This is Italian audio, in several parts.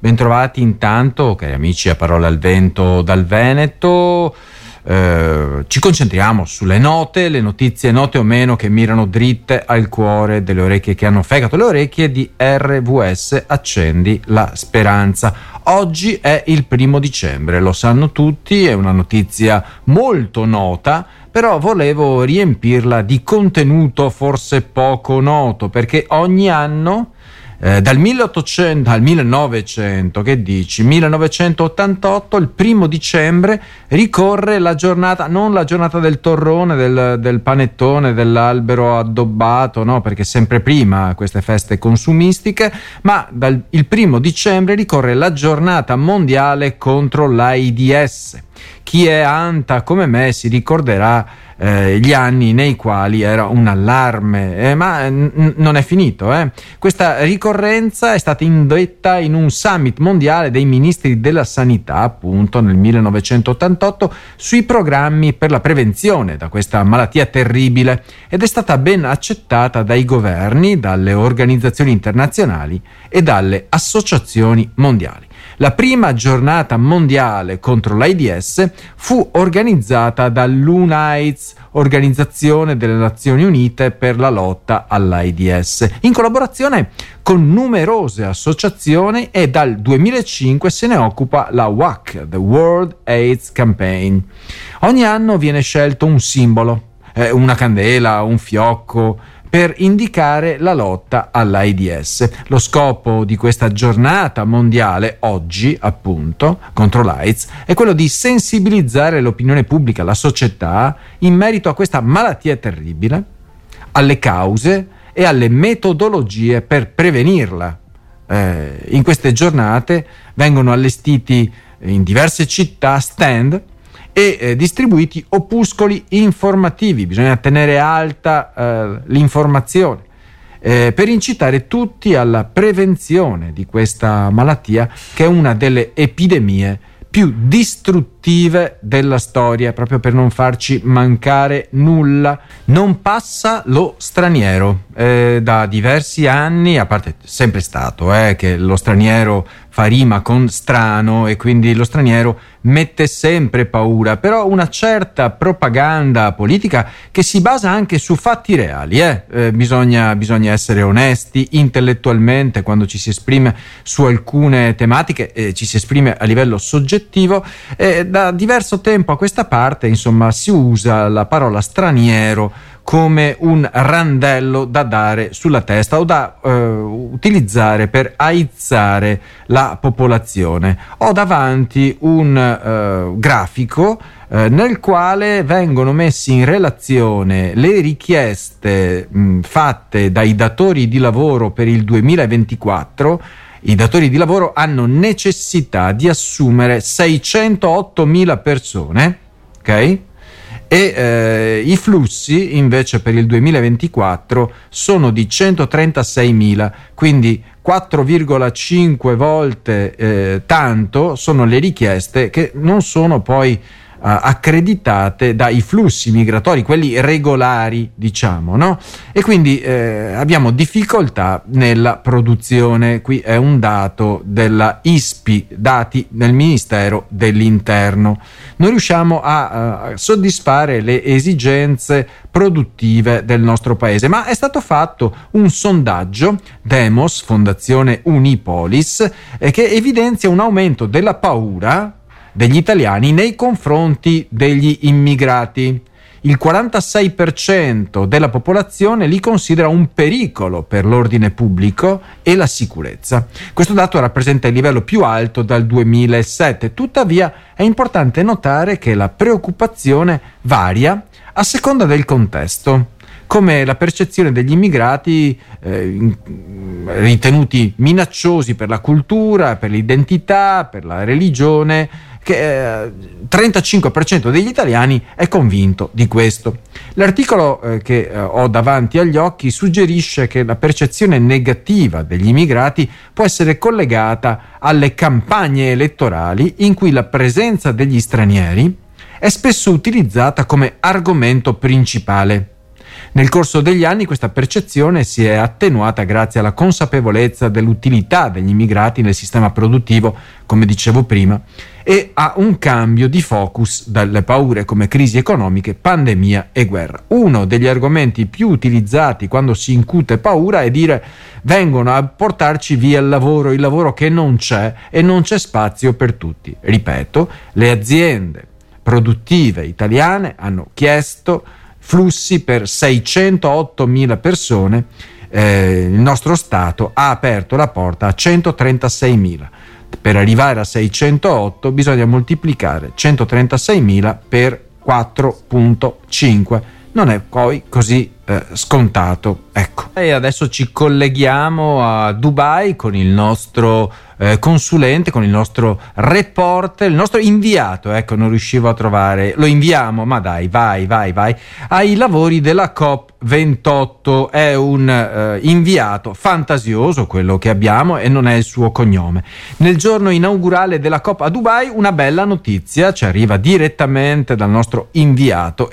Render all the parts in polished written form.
Bentrovati intanto, cari amici a Parole al Vento dal Veneto. Ci concentriamo sulle note, le notizie note o meno che mirano dritte al cuore delle orecchie che hanno fegato, le orecchie di RVS Accendi la Speranza. Oggi è il 1° dicembre, lo sanno tutti, è una notizia molto nota, però volevo riempirla di contenuto forse poco noto, perché ogni anno dal 1800 al 1900, che dici? 1988, il 1° dicembre ricorre la giornata, non la giornata del torrone, del panettone, dell'albero addobbato, no, perché sempre prima queste feste consumistiche, ma il 1° dicembre ricorre la giornata mondiale contro l'AIDS. Chi è anta come me si ricorderà gli anni nei quali era un allarme, ma non è finito. Questa ricorrenza è stata indetta in un summit mondiale dei ministri della sanità, appunto nel 1988, sui programmi per la prevenzione da questa malattia terribile, ed è stata ben accettata dai governi, dalle organizzazioni internazionali e dalle associazioni mondiali. La prima giornata mondiale contro l'AIDS fu organizzata dall'UNAIDS, Organizzazione delle Nazioni Unite per la lotta all'AIDS, in collaborazione con numerose associazioni, e dal 2005 se ne occupa la WAC, The World AIDS Campaign. Ogni anno viene scelto un simbolo, una candela, un fiocco, per indicare la lotta all'AIDS. Lo scopo di questa giornata mondiale, oggi appunto, contro l'AIDS, è quello di sensibilizzare l'opinione pubblica, la società, in merito a questa malattia terribile, alle cause e alle metodologie per prevenirla. In queste giornate vengono allestiti in diverse città stand e distribuiti opuscoli informativi. Bisogna tenere alta l'informazione per incitare tutti alla prevenzione di questa malattia, che è una delle epidemie più distruttive della storia, proprio per non farci mancare nulla. Non passa lo straniero. Da diversi anni, a parte sempre stato che lo straniero fa rima con strano e quindi lo straniero mette sempre paura, però una certa propaganda politica che si basa anche su fatti reali. Bisogna essere onesti intellettualmente quando ci si esprime su alcune tematiche, ci si esprime a livello soggettivo. Da diverso tempo a questa parte, insomma, si usa la parola straniero come un randello da dare sulla testa o da utilizzare per aizzare la popolazione. Ho davanti un grafico nel quale vengono messi in relazione le richieste fatte dai datori di lavoro per il 2024. I datori di lavoro hanno necessità di assumere 608.000 persone, ok? E i flussi invece per il 2024 sono di 136.000, quindi 4,5 volte tanto sono le richieste, che non sono poi accreditate dai flussi migratori, quelli regolari, diciamo, no? E quindi abbiamo difficoltà nella produzione. Qui è un dato della ISPI, dati del Ministero dell'Interno. Non riusciamo a soddisfare le esigenze produttive del nostro paese, ma è stato fatto un sondaggio Demos, Fondazione Unipolis, che evidenzia un aumento della paura degli italiani nei confronti degli immigrati. Il 46% della popolazione li considera un pericolo per l'ordine pubblico e la sicurezza. Questo dato rappresenta il livello più alto dal 2007. Tuttavia è importante notare che la preoccupazione varia a seconda del contesto, come la percezione degli immigrati ritenuti minacciosi per la cultura, per l'identità, per la religione, che 35% degli italiani è convinto di questo. L'articolo che ho davanti agli occhi suggerisce che la percezione negativa degli immigrati può essere collegata alle campagne elettorali in cui la presenza degli stranieri è spesso utilizzata come argomento principale. Nel corso degli anni questa percezione si è attenuata grazie alla consapevolezza dell'utilità degli immigrati nel sistema produttivo, come dicevo prima, e a un cambio di focus dalle paure come crisi economiche, pandemia e guerra. Uno degli argomenti più utilizzati quando si incute paura è dire: vengono a portarci via il lavoro che non c'è e non c'è spazio per tutti. Ripeto, le aziende produttive italiane hanno chiesto flussi per 608.000 persone, il nostro Stato ha aperto la porta a 136.000. Per arrivare a 608 bisogna moltiplicare 136.000 per 4.5. Non è poi così scontato, ecco. E adesso ci colleghiamo a Dubai con il nostro consulente, con il nostro reporter, il nostro inviato, ecco, non riuscivo a trovare, lo inviamo, ma dai, vai, ai lavori della COP28. È un inviato fantasioso quello che abbiamo e non è il suo cognome. Nel giorno inaugurale della COP a Dubai una bella notizia ci arriva direttamente dal nostro inviato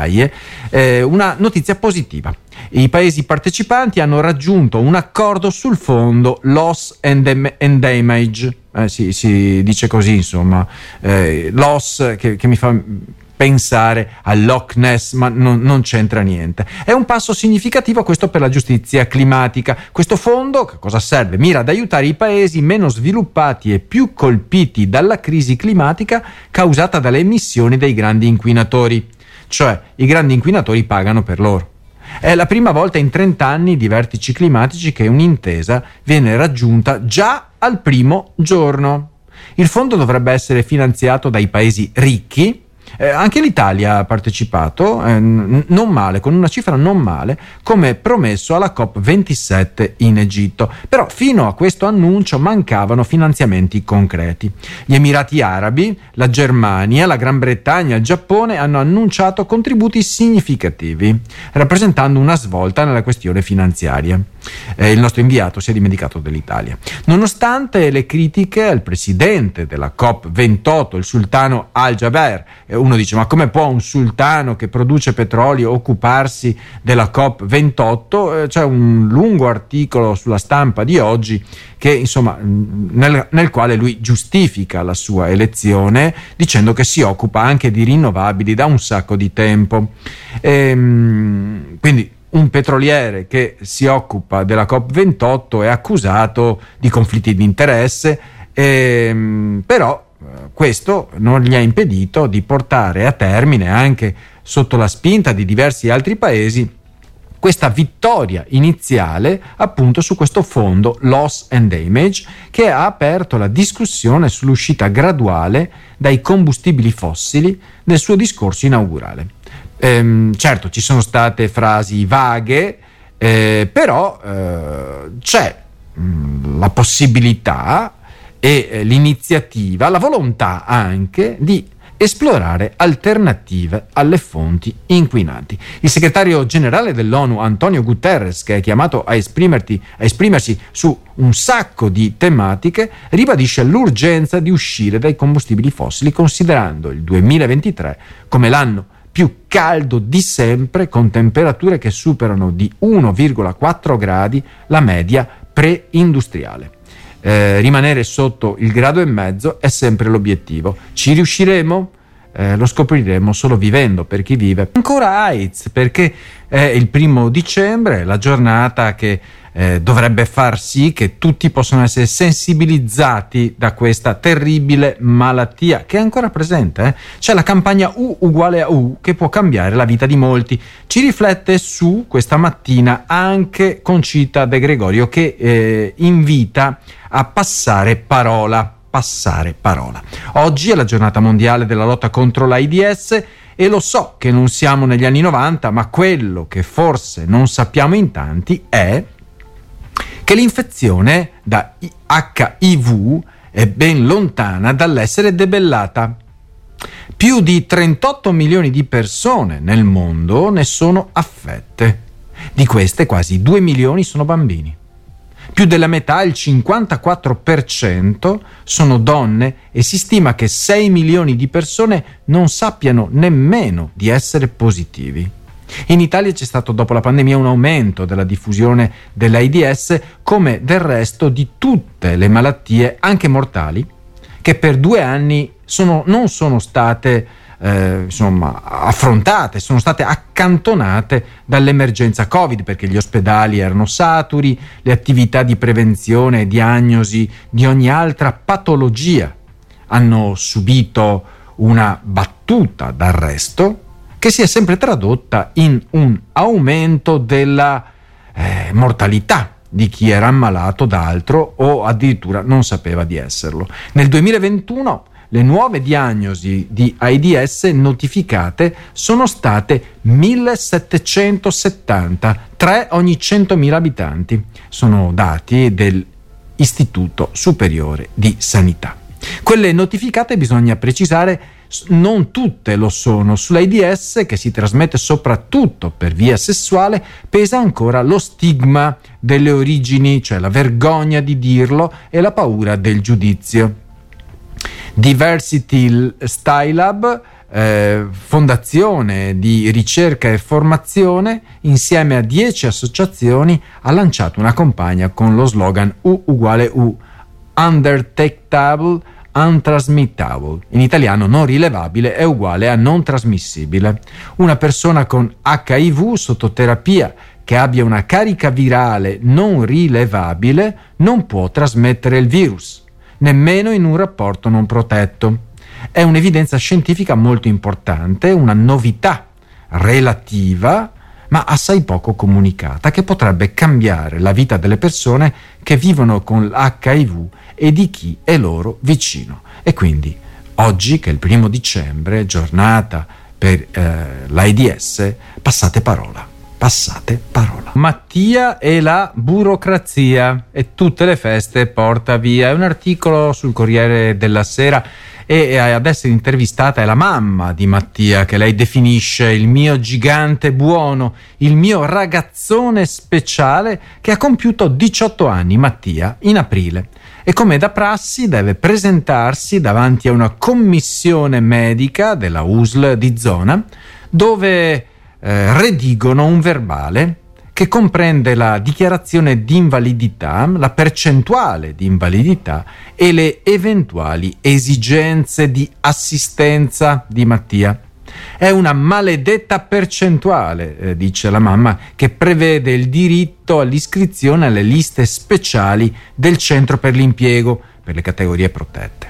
una notizia positiva. I paesi partecipanti hanno raggiunto un accordo sul fondo Loss and Damage, si dice così, insomma, loss che mi fa pensare al Loch Ness, ma non c'entra niente. È un passo significativo questo per la giustizia climatica. Questo fondo, che cosa serve? Mira ad aiutare i paesi meno sviluppati e più colpiti dalla crisi climatica causata dalle emissioni dei grandi inquinatori, cioè i grandi inquinatori pagano per loro. È la prima volta in 30 anni di vertici climatici che un'intesa viene raggiunta già al primo giorno. Il fondo dovrebbe essere finanziato dai paesi ricchi. Anche l'Italia ha partecipato, non male, con una cifra non male, come promesso alla COP27 in Egitto. Però fino a questo annuncio mancavano finanziamenti concreti. Gli Emirati Arabi, la Germania, la Gran Bretagna e il Giappone hanno annunciato contributi significativi, rappresentando una svolta nella questione finanziaria. Il nostro inviato si è dimenticato dell'Italia. Nonostante le critiche al presidente della COP28, il sultano Al-Jaber, uno dice: ma come può un sultano che produce petrolio occuparsi della COP28? C'è un lungo articolo sulla Stampa di oggi che, insomma, nel quale lui giustifica la sua elezione dicendo che si occupa anche di rinnovabili da un sacco di tempo. Quindi un petroliere che si occupa della COP28 è accusato di conflitti di interesse, però questo non gli ha impedito di portare a termine, anche sotto la spinta di diversi altri paesi, questa vittoria iniziale appunto su questo fondo Loss and Damage, che ha aperto la discussione sull'uscita graduale dai combustibili fossili nel suo discorso inaugurale. Certo, ci sono state frasi vaghe, però c'è la possibilità e l'iniziativa, la volontà anche di esplorare alternative alle fonti inquinanti. Il segretario generale dell'ONU Antonio Guterres, che è chiamato a esprimersi su un sacco di tematiche, ribadisce l'urgenza di uscire dai combustibili fossili, considerando il 2023 come l'anno più caldo di sempre, con temperature che superano di 1,4 gradi la media preindustriale. Rimanere sotto il 1,5 gradi è sempre l'obiettivo. Ci riusciremo? Lo scopriremo solo vivendo, per chi vive. Ancora AIDS, perché è il 1° dicembre, la giornata che dovrebbe far sì che tutti possano essere sensibilizzati da questa terribile malattia che è ancora presente. C'è la campagna U uguale a U che può cambiare la vita di molti. Ci riflette su questa mattina anche Concita De Gregorio, che invita a passare parola. Oggi è la giornata mondiale della lotta contro l'AIDS e lo so che non siamo negli anni 90, ma quello che forse non sappiamo in tanti è che l'infezione da HIV è ben lontana dall'essere debellata. Più di 38 milioni di persone nel mondo ne sono affette. Di queste quasi 2 milioni sono bambini. Più della metà, il 54%, sono donne e si stima che 6 milioni di persone non sappiano nemmeno di essere positivi. In Italia c'è stato dopo la pandemia un aumento della diffusione dell'AIDS, come del resto di tutte le malattie, anche mortali, che per 2 anni non sono state affrontate, sono state accantonate dall'emergenza Covid, perché gli ospedali erano saturi, le attività di prevenzione e diagnosi di ogni altra patologia hanno subito una battuta d'arresto che si è sempre tradotta in un aumento della mortalità di chi era ammalato da altro o addirittura non sapeva di esserlo. Nel 2021 le nuove diagnosi di AIDS notificate sono state 1770, 3 ogni 100.000 abitanti. Sono dati dell'Istituto Superiore di Sanità. Quelle notificate, bisogna precisare, non tutte lo sono. Sull'AIDS, che si trasmette soprattutto per via sessuale, pesa ancora lo stigma delle origini, cioè la vergogna di dirlo e la paura del giudizio. Diversity Stylab, fondazione di ricerca e formazione, insieme a 10 associazioni, ha lanciato una campagna con lo slogan U uguale U, Undetectable, Untransmittable. In italiano non rilevabile è uguale a non trasmissibile. Una persona con HIV sotto terapia che abbia una carica virale non rilevabile non può trasmettere il virus, nemmeno in un rapporto non protetto. È un'evidenza scientifica molto importante, una novità relativa ma assai poco comunicata, che potrebbe cambiare la vita delle persone che vivono con l'HIV e di chi è loro vicino. E quindi oggi, che è il 1° dicembre, giornata per l'AIDS, passate parola. Mattia e la burocrazia e tutte le feste porta via. È un articolo sul Corriere della Sera e ad essere intervistata è la mamma di Mattia, che lei definisce il mio gigante buono, il mio ragazzone speciale, che ha compiuto 18 anni, Mattia, in aprile. E come da prassi deve presentarsi davanti a una commissione medica della USL di zona, dove redigono un verbale che comprende la dichiarazione di invalidità, la percentuale di invalidità e le eventuali esigenze di assistenza di Mattia. È una maledetta percentuale, dice la mamma, che prevede il diritto all'iscrizione alle liste speciali del centro per l'impiego per le categorie protette.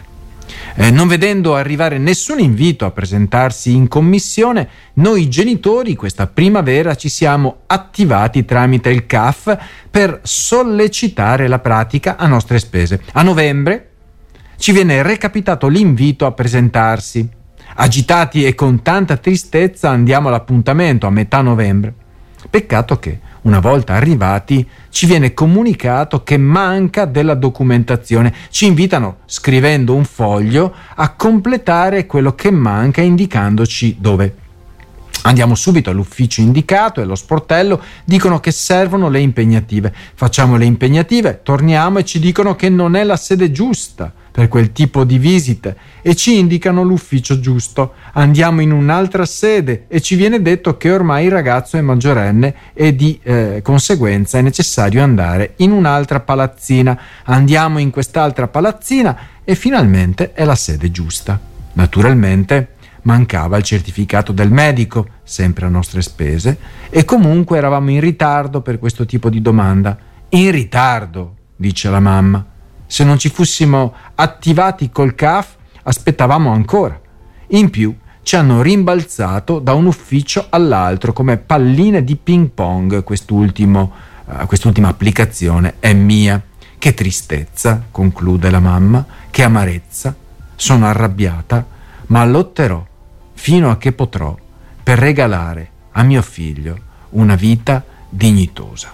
Non vedendo arrivare nessun invito a presentarsi in commissione, noi genitori questa primavera ci siamo attivati tramite il CAF per sollecitare la pratica a nostre spese. A novembre ci viene recapitato l'invito a presentarsi. Agitati e con tanta tristezza andiamo all'appuntamento a metà novembre. Peccato che, una volta arrivati, ci viene comunicato che manca della documentazione. Ci invitano, scrivendo un foglio, a completare quello che manca, indicandoci dove. Andiamo subito all'ufficio indicato e allo sportello dicono che servono le impegnative. Facciamo le impegnative, torniamo e ci dicono che non è la sede giusta per quel tipo di visite e ci indicano l'ufficio giusto. Andiamo in un'altra sede e ci viene detto che ormai il ragazzo è maggiorenne e di conseguenza è necessario andare in un'altra palazzina. Andiamo in quest'altra palazzina e finalmente è la sede giusta. Naturalmente mancava il certificato del medico, sempre a nostre spese, e comunque eravamo in ritardo per questo tipo di domanda. In ritardo, dice la mamma. Se non ci fossimo attivati col CAF, aspettavamo ancora. In più, ci hanno rimbalzato da un ufficio all'altro come palline di ping pong. Quest'ultima applicazione è mia. Che tristezza, conclude la mamma, che amarezza. Sono arrabbiata, ma lotterò fino a che potrò per regalare a mio figlio una vita dignitosa.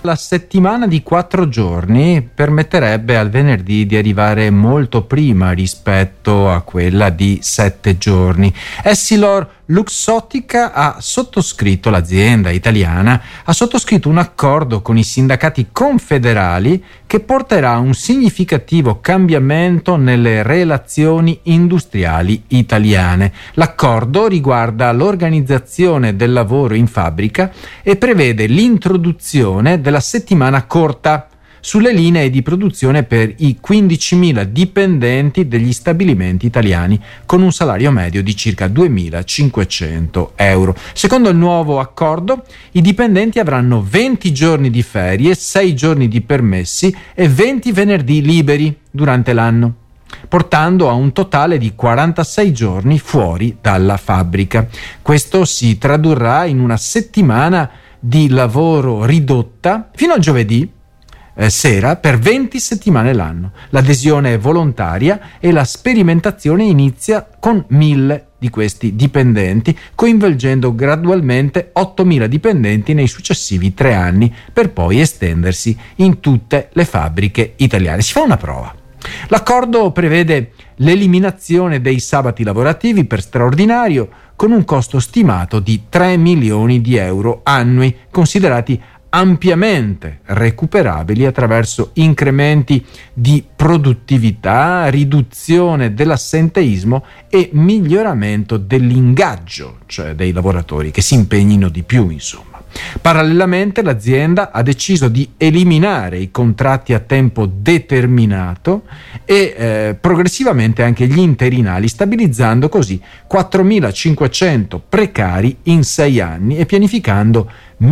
La settimana di 4 giorni permetterebbe al venerdì di arrivare molto prima rispetto a quella di 7 giorni. Essilor Luxottica ha sottoscritto, l'azienda italiana, ha sottoscritto un accordo con i sindacati confederali che porterà a un significativo cambiamento nelle relazioni industriali italiane. L'accordo riguarda l'organizzazione del lavoro in fabbrica e prevede l'introduzione della settimana corta sulle linee di produzione per i 15.000 dipendenti degli stabilimenti italiani, con un salario medio di circa 2.500 euro. Secondo il nuovo accordo, i dipendenti avranno 20 giorni di ferie, 6 giorni di permessi e 20 venerdì liberi durante l'anno, portando a un totale di 46 giorni fuori dalla fabbrica. Questo si tradurrà in una settimana di lavoro ridotta fino al giovedì sera per 20 settimane l'anno. L'adesione è volontaria e la sperimentazione inizia con 1.000 di questi dipendenti, coinvolgendo gradualmente 8.000 dipendenti nei successivi 3 anni, per poi estendersi in tutte le fabbriche italiane. Si fa una prova. L'accordo prevede l'eliminazione dei sabati lavorativi per straordinario, con un costo stimato di 3 milioni di euro annui, considerati ampiamente recuperabili attraverso incrementi di produttività, riduzione dell'assenteismo e miglioramento dell'ingaggio, cioè dei lavoratori che si impegnino di più, insomma. Parallelamente l'azienda ha deciso di eliminare i contratti a tempo determinato e progressivamente anche gli interinali, stabilizzando così 4.500 precari in 6 anni e pianificando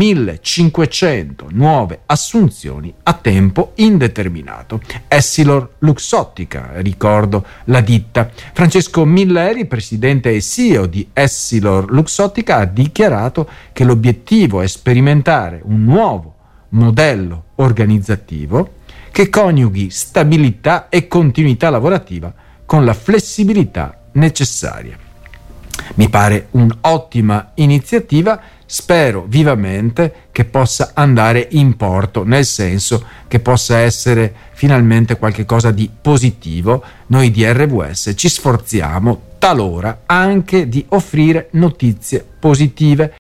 1.500 nuove assunzioni a tempo indeterminato. Essilor Luxottica, ricordo la ditta. Francesco Milleri, presidente e CEO di Essilor Luxottica, ha dichiarato che l'obiettivo è sperimentare un nuovo modello organizzativo che coniughi stabilità e continuità lavorativa con la flessibilità necessaria. Mi pare un'ottima iniziativa, spero vivamente che possa andare in porto, nel senso che possa essere finalmente qualche cosa di positivo. Noi di RWS ci sforziamo talora anche di offrire notizie positive